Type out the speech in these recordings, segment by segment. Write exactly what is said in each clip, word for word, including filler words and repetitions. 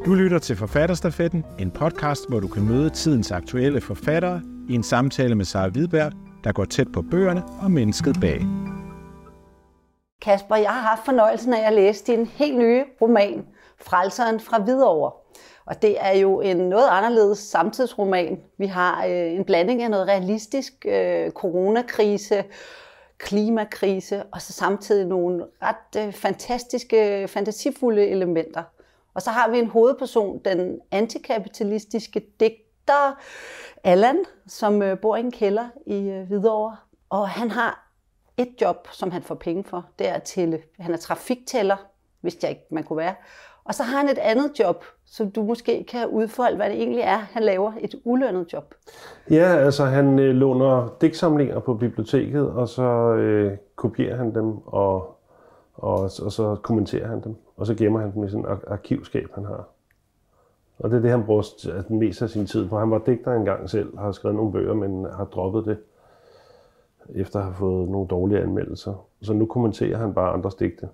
Du lytter til Forfatterstafetten, en podcast, hvor du kan møde tidens aktuelle forfattere i en samtale med Sara Hvidberg, der går tæt på bøgerne og mennesket bag. Kasper, jeg har haft fornøjelsen af at læse din helt nye roman, Frelseren fra Hvidovre. Og det er jo en noget anderledes samtidsroman. Vi har øh, en blanding af noget realistisk øh, coronakrise, klimakrise, og så samtidig nogle ret øh, fantastiske, fantasifulde elementer. Og så har vi en hovedperson, den antikapitalistiske digter Allan, som øh, bor i en kælder i øh, Hvidovre. Og han har et job, som han får penge for, det er at tælle. Han er trafiktæller, vidste jeg ikke, man kunne være. Og så har han et andet job, som du måske kan udfolde, hvad det egentlig er, han laver, et ulønnet job. Ja, altså han øh, låner digtsamlinger på biblioteket, og så øh, kopierer han dem, og, og, og så kommenterer han dem. Og så gemmer han dem i sådan et arkivskab, han har. Og det er det, han bruger mest af sin tid på. Han var digter engang selv, har skrevet nogle bøger, men har droppet det, efter at have fået nogle dårlige anmeldelser. Så nu kommenterer han bare andres digte.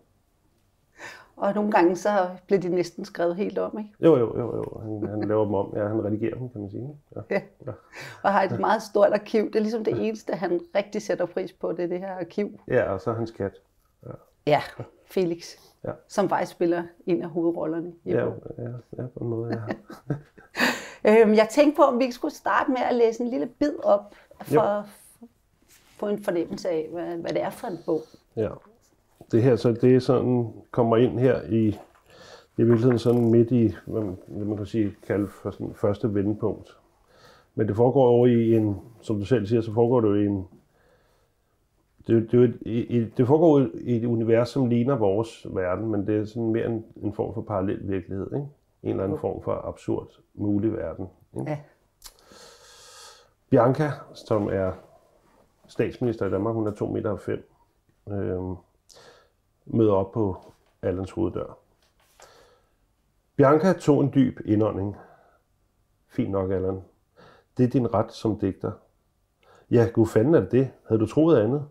Og nogle gange så bliver de næsten skrevet helt om, ikke? Jo, jo, jo. jo. Han, han laver dem om. Ja, han redigerer dem, kan man sige. Ja. Ja. Ja. Og har et meget stort arkiv. Det er ligesom det eneste, han rigtig sætter pris på, det er det her arkiv. Ja, og så hans kat. Ja, ja, Felix. Ja. Som faktisk spiller en af hovedrollerne i ja, bogen. Ja, ja, på en måde, ja. øhm, jeg tænkte på, om vi ikke skulle starte med at læse en lille bid op, for at få en fornemmelse af, hvad, hvad det er for en bog. Ja. Det her, så det er sådan, kommer ind her i, det er i virkeligheden sådan midt i, hvad man kan sige, kalde for sådan første vendepunkt. Men det foregår over i en, som du selv siger, så foregår det jo i en, det, det, det, det foregår i et univers, som ligner vores verden, men det er sådan mere en, en form for parallel virkelighed, ikke? En eller anden form for absurd mulig verden. Ikke? Ja. Bianca, som er statsminister i Danmark, hun er to meter og fem. Øhm, møder op på Allans hoveddør. Bianca tog en dyb indånding. Fint nok, Allan. Det er din ret som digter. Ja, gud fanden er det det. Havde du troet andet?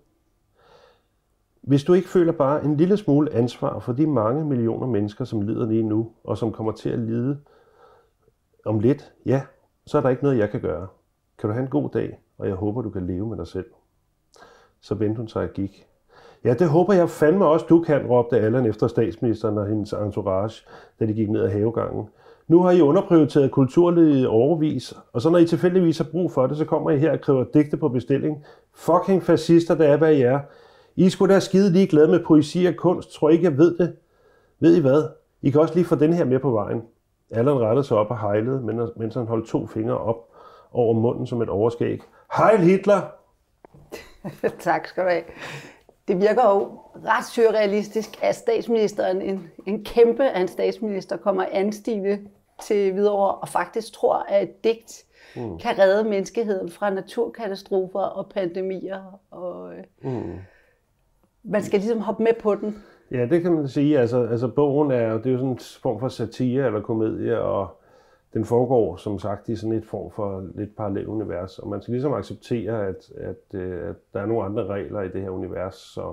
Hvis du ikke føler bare en lille smule ansvar for de mange millioner mennesker, som lider lige nu, og som kommer til at lide om lidt, ja, så er der ikke noget, jeg kan gøre. Kan du have en god dag, og jeg håber, du kan leve med dig selv. Så vendte hun sig og gik. Ja, det håber jeg fandme også, du kan, råbte Allan efter statsministeren og hendes entourage, da de gik ned ad havegangen. Nu har I underprioriteret kulturlivet i overvis, og så når I tilfældigvis har brug for det, så kommer I her og kræver digte på bestilling. Fucking fascister, der er, hvad I er. I skulle da skide ligeglade med poesi og kunst, tror I ikke, jeg ved det? Ved I hvad? I kan også lige få den her med på vejen. Allan rettede sig op og hejlede, mens han holdt to fingre op over munden som et overskæg. Heil Hitler! Tak skal du have. Det virker jo ret surrealistisk, at statsministeren, en, en kæmpe af en statsminister, kommer anstigende til Hvidovre og faktisk tror, at et digt mm. kan redde menneskeheden fra naturkatastrofer og pandemier. Og, mm. Man skal ligesom hoppe med på den. Ja, det kan man sige. Altså, altså bogen er, det er jo sådan en form for satire eller komedie, og den foregår, som sagt, i sådan et form for lidt parallelt univers, og man skal ligesom acceptere, at, at, at der er nogle andre regler i det her univers. Så,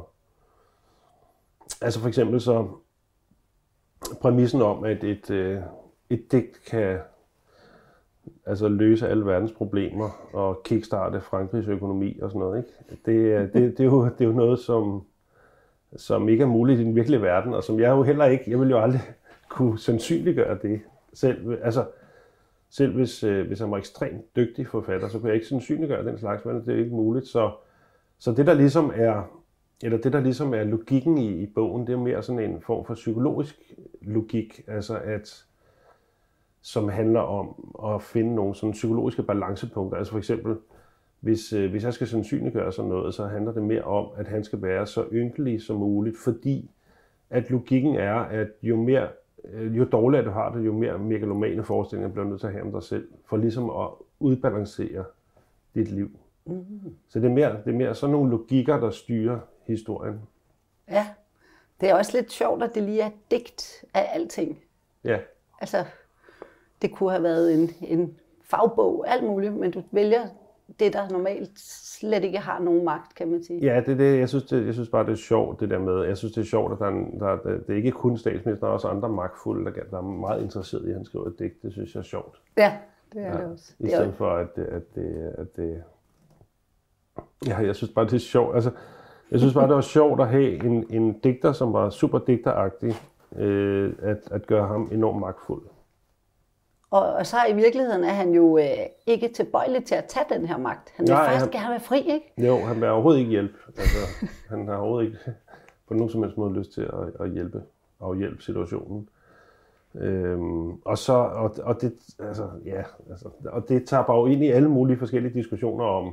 altså for eksempel så præmissen om, at et, et digt kan altså løse alle verdens problemer og kickstarte Frankrigs økonomi og sådan noget, ikke? Det, det, det, er, jo, det er jo noget, som, som ikke er muligt i den virkelige verden, og som jeg jo heller ikke, jeg vil jo aldrig kunne sandsynliggøre det selv. Altså, Selv hvis, øh, hvis han var ekstremt dygtig forfatter, så kunne jeg ikke sandsynliggøre den slags, men det er ikke muligt. Så, så det, der ligesom er, eller det, der ligesom er logikken i, i bogen, det er mere sådan en form for psykologisk logik, altså at, som handler om at finde nogle sådan psykologiske balancepunkter. Altså for eksempel, hvis, øh, hvis jeg skal sandsynliggøre sådan noget, så handler det mere om, at han skal være så ynkelig som muligt, fordi at logikken er, at jo mere jo dårligere du har det, jo mere megalomane forestillinger bliver du nødt til at have om dig selv, for ligesom at udbalancere dit liv. Mm. Så det er, mere, det er mere sådan nogle logikker, der styrer historien. Ja, det er også lidt sjovt, at det lige er digt af alting. Ja. Altså, det kunne have været en, en fagbog, alt muligt, men du vælger det, der normalt slet ikke har nogen magt, kan man sige. Ja, det er det. Jeg synes, det, jeg synes bare, det er sjovt, det der med. Jeg synes, det er sjovt, at der er, en, der, der, det er ikke kun statsministeren, der er også andre magtfulde, der, der er meget interesseret i, at han skriver et digt. Det synes jeg er sjovt. Ja, det er ja, det også. I stedet for, at, at, det, at det... Ja, jeg synes bare, det er sjovt. Altså, jeg synes bare, det var sjovt at have en, en digter, som var super digteragtig, øh, at, at gøre ham enormt magtfuld. Og, og så i virkeligheden er han jo øh, ikke tilbøjelig til at tage den her magt. Han vil Nej, faktisk han, gerne være fri, ikke? Jo, han vil overhovedet ikke hjælpe. Altså, han har overhovedet ikke på nogen som helst måde lyst til at, at hjælpe, at hjælpe situationen. Øhm, og så, og, og det, altså, ja, altså, og det tager bare ind i alle mulige forskellige diskussioner om,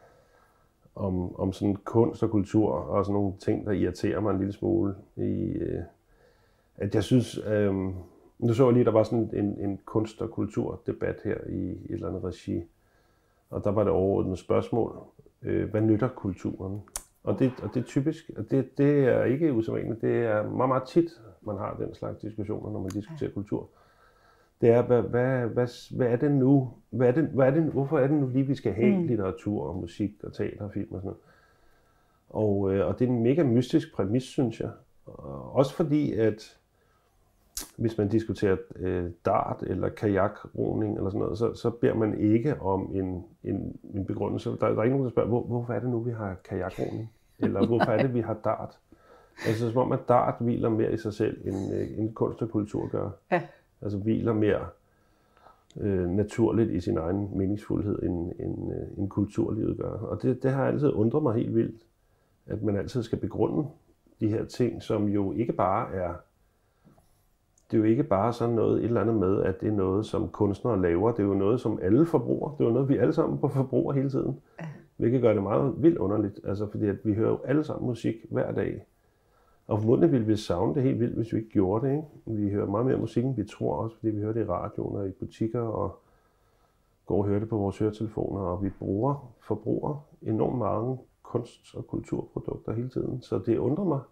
om, om sådan kunst og kultur og sådan nogle ting, der irriterer mig en lille smule. I, øh, at jeg synes, øh, nu så jeg lige, der var sådan en, en kunst- og kulturdebat her i et eller andet regi, og der var det overordnede spørgsmål, øh, hvad nytter kulturen? Og det, og det er typisk, og det, det er ikke usædvanligt, det er meget, meget tit, man har den slags diskussioner, når man diskuterer kultur. Det er, hvad, hvad, hvad, hvad er det nu? Hvad er det, hvad er det, hvorfor er det nu lige, vi skal have mm. litteratur og musik og teater og film og sådan noget? Og, øh, og det er en mega mystisk præmis, synes jeg. Og også fordi, at hvis man diskuterer øh, dart eller kajakroning eller sådan noget, så, så beder man ikke om en, en, en begrundelse. Der, der er ikke nogen, der spørger, hvor, hvorfor er det nu, vi har kajakroning? Eller hvorfor er det, vi har dart? Altså som om, at dart hviler mere i sig selv, end, øh, end kunst og kultur gør. Ja. Altså hviler mere øh, naturligt i sin egen meningsfuldhed, end, end, øh, end kulturlivet gør. Og det, det har altid undret mig helt vildt, at man altid skal begrunde de her ting, som jo ikke bare er... Det er jo ikke bare sådan noget, et eller andet med, at det er noget, som kunstnere laver. Det er jo noget, som alle forbruger. Det er jo noget, vi alle sammen på forbruger hele tiden. Ja. Hvilket gør det meget vildt underligt. Altså fordi at vi hører jo alle sammen musik hver dag. Og formodentlig ville vi savne det helt vildt, hvis vi ikke gjorde det. Ikke? Vi hører meget mere musik, end vi tror også, fordi vi hører det i radioen og i butikker og går og hører det på vores høretelefoner. Og vi bruger, forbruger enormt mange kunst- og kulturprodukter hele tiden. Så det undrer mig,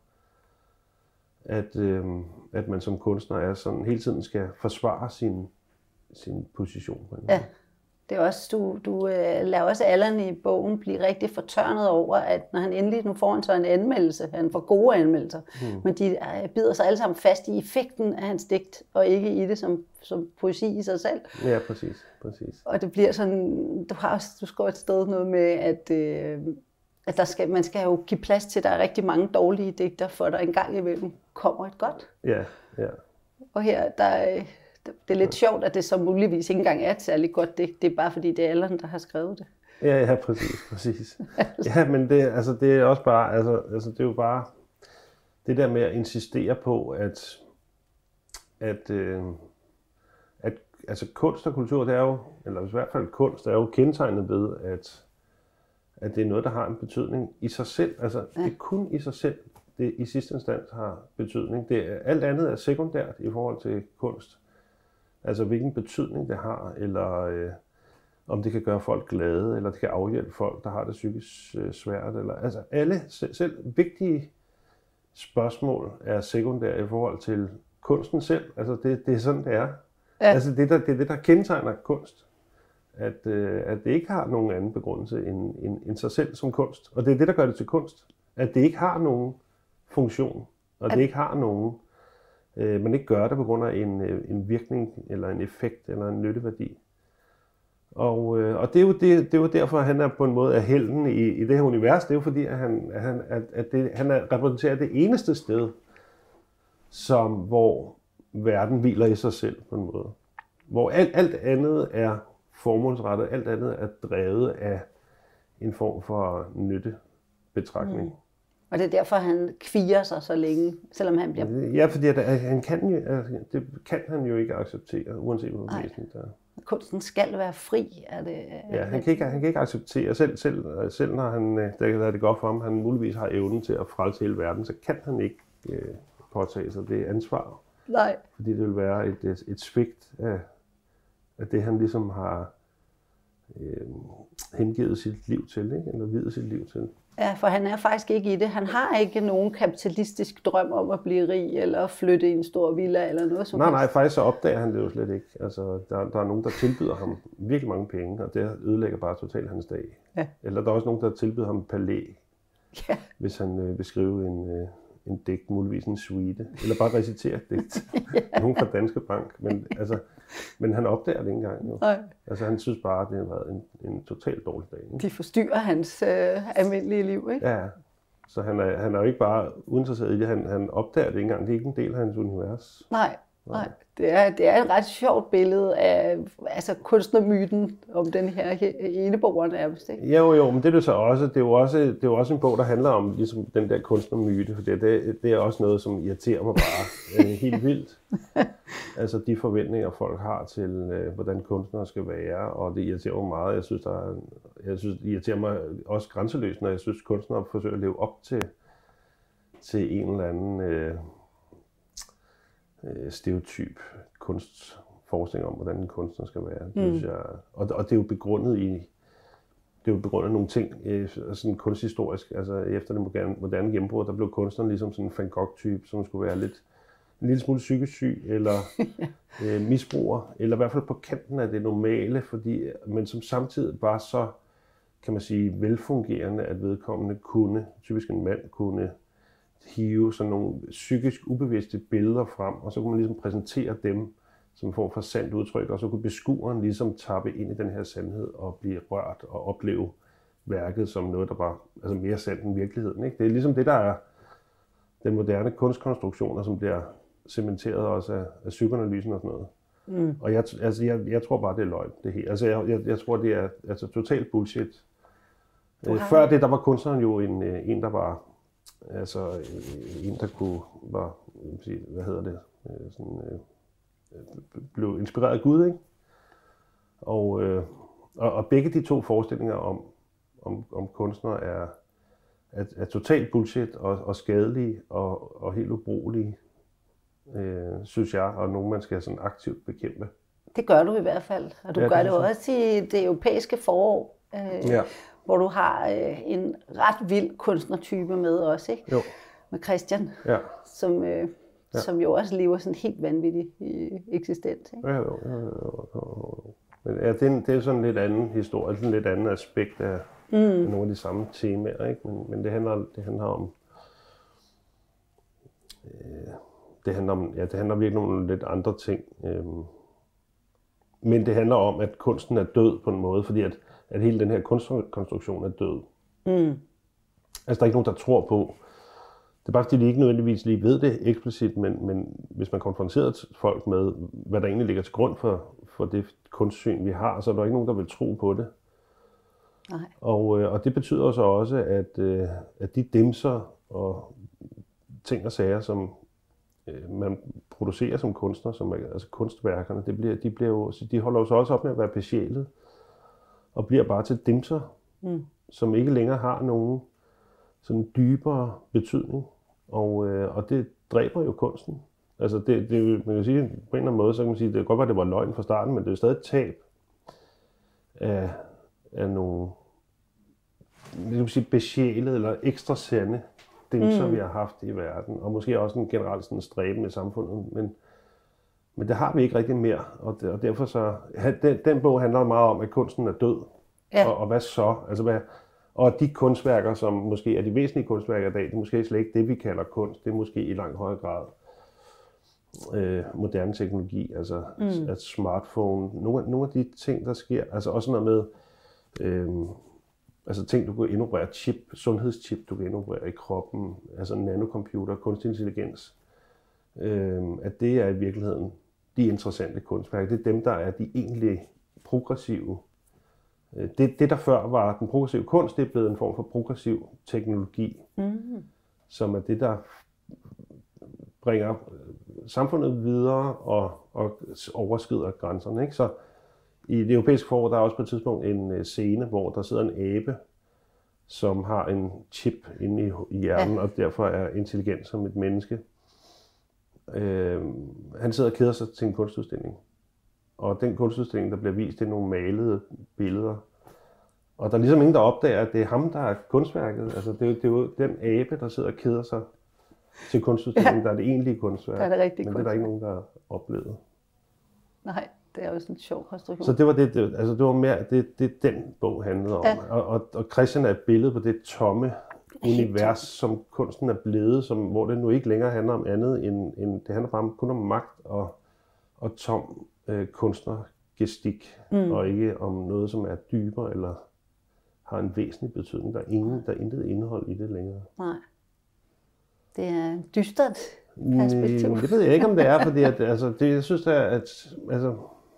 at, øh, at man som kunstner er sådan, hele tiden skal forsvare sin, sin position. Ja, det er også, du, du øh, lader også Allan i bogen blive rigtig fortørnet over, at når han endelig, nu får han så en anmeldelse, han får gode anmeldelser, hmm. men de øh, bider sig alle sammen fast i effekten af hans digt, og ikke i det som, som poesi i sig selv. Ja, præcis, præcis. Og det bliver sådan, du har også, du skriver et sted noget med, at øh, at der skal, man skal jo give plads til, at der er rigtig mange dårlige digter, for der engang imellem kommer et godt. Ja, ja. Og her, der, det er lidt sjovt, at det så muligvis ikke engang er et særligt godt digt. Det er bare fordi, det er Allan, der har skrevet det. Ja, ja, præcis, præcis. Ja, men det, altså, det er også bare, altså, altså det er jo bare det der med at insistere på, at, at, øh, at altså kunst og kultur, det er jo, eller i hvert fald kunst, er jo kendetegnet ved, at at det er noget, der har en betydning i sig selv. Altså, ja. Det er kun i sig selv, det i sidste instans har betydning. Det er, alt andet er sekundært i forhold til kunst. Altså, hvilken betydning det har, eller øh, om det kan gøre folk glade, eller det kan afhjælpe folk, der har det psykisk øh, svært. Eller, altså, alle, selv, selv vigtige spørgsmål er sekundære i forhold til kunsten selv. Altså, det, det er sådan, det er. Ja. Altså, det, der, det er det, der kendetegner kunst. At, øh, at det ikke har nogen anden begrundelse end, end, end sig selv som kunst. Og det er det, der gør det til kunst. At det ikke har nogen funktion, og at det ikke har nogen... Øh, man ikke gør det på grund af en, en virkning, eller en effekt, eller en nytteværdi. Og, øh, og det, er jo det, det er jo derfor, at han er på en måde er helten i, i det her univers. Det er jo fordi, at han, at han, at, at det, han er, repræsenterer det eneste sted, som, hvor verden hviler i sig selv på en måde. Hvor alt, alt andet er formålsrettet, alt andet er drevet af en form for nyttebetragtning. Mm. Og det er derfor, han kvier sig så længe, selvom han bliver... Ja, fordi at, at han kan jo, altså, det kan han jo ikke acceptere, uanset hvor væsentligt det er. Kunsten skal være fri, er det... Ja, han kan ikke, han kan ikke acceptere, selv, selv, selv når han, der er det godt for ham, han muligvis har evnen til at frelse hele verden, så kan han ikke øh, påtage sig det ansvar. Nej. Fordi det vil være et, et, et svigt af, af det, han ligesom har øh, hengivet sit liv til, ikke? Eller videt sit liv til. Ja, for han er faktisk ikke i det. Han har ikke nogen kapitalistisk drøm om at blive rig, eller flytte i en stor villa, eller noget som Nej, helst. nej, faktisk så opdager han det jo slet ikke. Altså, der, der er nogen, der tilbyder ham virkelig mange penge, og det ødelægger bare totalt hans dag. Ja. Eller der er også nogen, der tilbyder ham palæ, Ja. hvis han øh, vil skrive en, øh, en digt, muligvis en suite, eller bare recitere et digt. Ja. Nogen fra Danske Bank, men, altså, men han opdager det ikke engang. Jo. Nej. Altså, han synes bare, at det har været en, en totalt dårlig dag. Ikke? De forstyrrer hans øh, almindelige liv, ikke? Ja, så han er, han er jo ikke bare uinteresseret i det, han, han opdager det ikke engang. Det er ikke en del af hans univers. Nej, nej. Det er, det er et ret sjovt billede af altså, kunstnermyten om den her eneboer nærmest, ikke? Jo, jo, men det er det så også. Det er jo også, det er jo også en bog, der handler om ligesom den der kunstnermyte, for det, det er også noget, som irriterer mig bare øh, helt vildt. Altså de forventninger, folk har til, øh, hvordan kunstnere skal være, og det irriterer mig meget. Jeg synes, der er, jeg synes, det irriterer mig også grænseløst, når jeg synes, kunstnere forsøger at leve op til, til en eller anden øh, øh, stereotyp kunstforestilling om, hvordan en kunstner skal være. Det synes jeg, og, og det er jo begrundet i det er jo begrundet nogle ting, øh, sådan kunsthistorisk. Altså efter det moderne, moderne gennembrud, der blev kunstneren ligesom sådan en Van Gogh-type, som skulle være lidt en lille smule psykisk syg, eller øh, misbruger, eller i hvert fald på kanten af det normale, fordi, men som samtidig var så, kan man sige, velfungerende, at vedkommende kunne, typisk en mand, kunne hive sådan nogle psykisk ubevidste billeder frem, og så kunne man ligesom præsentere dem som en form for sandt udtryk, og så kunne beskueren ligesom tappe ind i den her sandhed og blive rørt og opleve værket som noget, der var altså mere sandt end virkeligheden. Ikke? Det er ligesom det, der er den moderne kunstkonstruktioner, som bliver cementeret også af, af psykoanalysen og sådan noget. Mm. Og jeg, altså, jeg, jeg tror bare, det er løgn. Det hele. Altså, jeg, jeg, jeg tror, det er altså, totalt bullshit. Øh, før det, der var kunstneren jo en, en der var altså en, der kunne, var, hvad hedder det, sådan, øh, blev inspireret af Gud, ikke? Og, øh, og, og begge de to forestillinger om, om, om kunstnere er, er, er totalt bullshit og, og skadelige og, og helt ubrugelige, øh, synes jeg, og nogen, man skal sådan aktivt bekæmpe. Det gør du i hvert fald, og du ja, gør det, det også i det europæiske forår, øh, ja. Hvor du har øh, en ret vild kunstnertype med også, ikke? Jo. Med Christian, ja. som, øh, ja. som jo også lever sådan helt vanvittig i eksistens. Ikke? Ja, jo, jo, jo, jo. Men ja, det, er, det er sådan en lidt anden historie, sådan en lidt anden aspekt af, mm. af nogle af de samme temaer, ikke? Men, men det handler, det handler om, øh, det handler om, ja, det handler virkelig om nogle lidt andre ting. Øh, men det handler om, at kunsten er død på en måde, fordi at, at hele den her kunstkonstruktion er død. Mm. Altså, der er ikke nogen, der tror på. Det er bare fordi, de ikke nødvendigvis lige ved det eksplicit, men, men hvis man konfronterer folk med, hvad der egentlig ligger til grund for, for det kunstsyn, vi har, så er der ikke nogen, der vil tro på det. Nej. Og, og det betyder så også, at, at de dimser og ting og sager, som man producerer som kunstner, som, altså kunstværkerne, det bliver, de, bliver jo, de holder jo så også op med at være besjælet, og bliver bare til dimser, mm. som ikke længere har nogen sådan dybere betydning. Og, øh, og det dræber jo kunsten. Altså det, det, man kan sige, på en eller anden måde, så kan man sige, det kan godt være, det var løgn fra starten, men det er jo stadig et tab af, af nogle det kan sige, besjælede eller ekstra sande dimser, mm. vi har haft i verden. Og måske også en generelt sådan stræben i samfundet. Men, men det har vi ikke rigtig mere. Og, det, og derfor så, den, den bog handler meget om, at kunsten er død. Ja. Og, og hvad så? Altså hvad Og de kunstværker, som måske er de væsentlige kunstværker i dag, det er måske slet ikke det, vi kalder kunst. Det er måske i langt højere grad øh, moderne teknologi, altså mm. at smartphone. Nogle, nogle af de ting, der sker, altså også noget med, øh, altså ting, du kan indoperere, chip, sundhedschip, du kan indoperere i kroppen, altså nanocomputer, kunstig intelligens, øh, at det er i virkeligheden de interessante kunstværker. Det er dem, der er de egentlig progressive. Det, det, der før var den progressive kunst, det er blevet en form for progressiv teknologi, mm. som er det, der bringer samfundet videre og, og overskrider grænserne. Ikke? Så i det europæiske forår, der er også på et tidspunkt en scene, hvor der sidder en abe, som har en chip inde i, i hjernen, ja. Og derfor er intelligent som et menneske. Øh, han sidder og keder sig til en kunstudstilling. Og den kunstudstilling, der bliver vist, det er nogle malede billeder Og der er ligesom ingen, der opdager, at det er ham, der er kunstværket. Altså, det er jo, det er jo den abe, der sidder og keder sig til kunstudstillingen, ja. Der er det egentlige kunstværk. Der er det rigtige men det er der ikke nogen, der har oplevet. Nej, det er jo sådan en sjov konstruktion. Så det var, det, det, altså det var mere, det, det den bog handlede om. Ja. Og, og, og Christian er et billede på det tomme univers, som kunsten er blevet, som, hvor det nu ikke længere handler om andet, end, end det handler bare kun om magt og, og tom øh, kunstnergestik, mm. og ikke om noget, som er dybere eller har en væsentlig betydning. Der er, ingen, der er intet indhold i det længere. Nej. Det er et dystert perspektiv. Mm, det ved jeg ikke, om det er, fordi at, altså, det, jeg synes, at, at altså,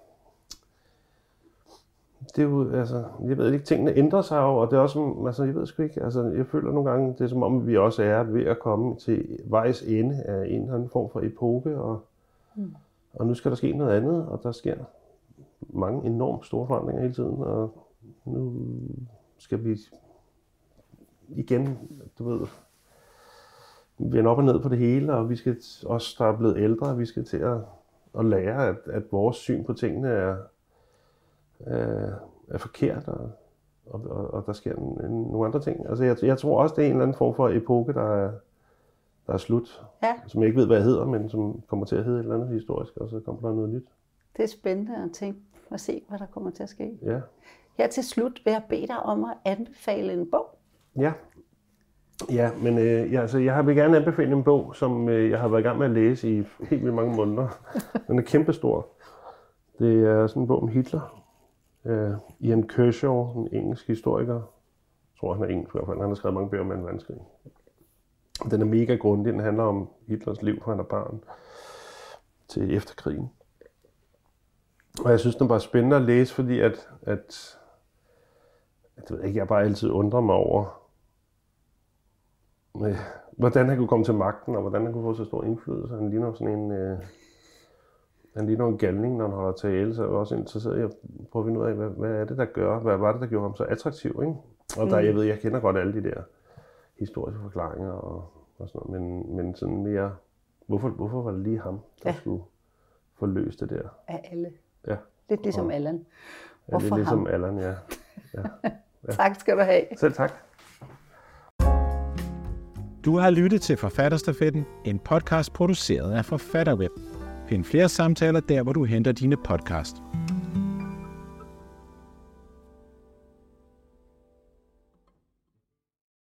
det er jo, altså, jeg ved ikke, tingene ændrer sig jo, og det er også, altså, jeg ved sgu ikke, altså, jeg føler nogle gange, det er som om, vi også er ved at komme til vejs ende af en eller anden form for epoke, og, mm. og nu skal der ske noget andet, og der sker mange enormt store forandringer hele tiden, og nu skal vi igen, du ved, vende op og ned på det hele, og vi skal også, der er blevet ældre, vi skal til at, at lære, at, at vores syn på tingene er, er, er forkert, og, og, og der sker en, en, nogle andre ting. Altså jeg, jeg tror også, det er en eller anden form for epoke, der er, der er slut, ja. Som jeg ikke ved, hvad jeg hedder, men som kommer til at hedde et eller andet historisk, og så kommer der noget nyt. Det er spændende at tænke og se, hvad der kommer til at ske. Ja. Her til slut vil jeg bede dig om at anbefale en bog. Ja. Ja, men øh, ja, altså, jeg vil gerne anbefale en bog, som øh, jeg har været i gang med at læse i helt vildt mange måneder. Den er kæmpestor. Det er sådan en bog om Hitler. Øh, Ian Kershaw, en engelsk historiker. Jeg tror, han er engelsk i hvert fald. Han har skrevet mange bøger om anden verdenskrig. Den er mega grundig. Den handler om Hitlers liv, fra han er barn til efterkrigen. Og jeg synes, den var spændende at læse, fordi at, at, at jeg, ved ikke, jeg bare altid undrer mig over, øh, hvordan han kunne komme til magten, og hvordan han kunne få så stor indflydelse. Han ligner sådan en, øh, han ligner en galning, når han holder tale, så er jeg også interesseret i at prøve at finde ud af, hvad, hvad er det, der gør, hvad var det, der gjorde ham så attraktiv, ikke? Og der, jeg ved, jeg kender godt alle de der historiske forklaringer og, og sådan noget, men, men sådan mere, hvorfor, hvorfor var det lige ham, der ja. skulle forløse det der? Af alle. Ja. Lidt ligesom Allan. Hvorfor ja, lidt ligesom Allan, ja. Ja. Ja. Tak skal du have. Selv tak. Du har lyttet til Forfatterstafetten, en podcast produceret af Forfatterweb. Find flere samtaler der, hvor du henter dine podcast.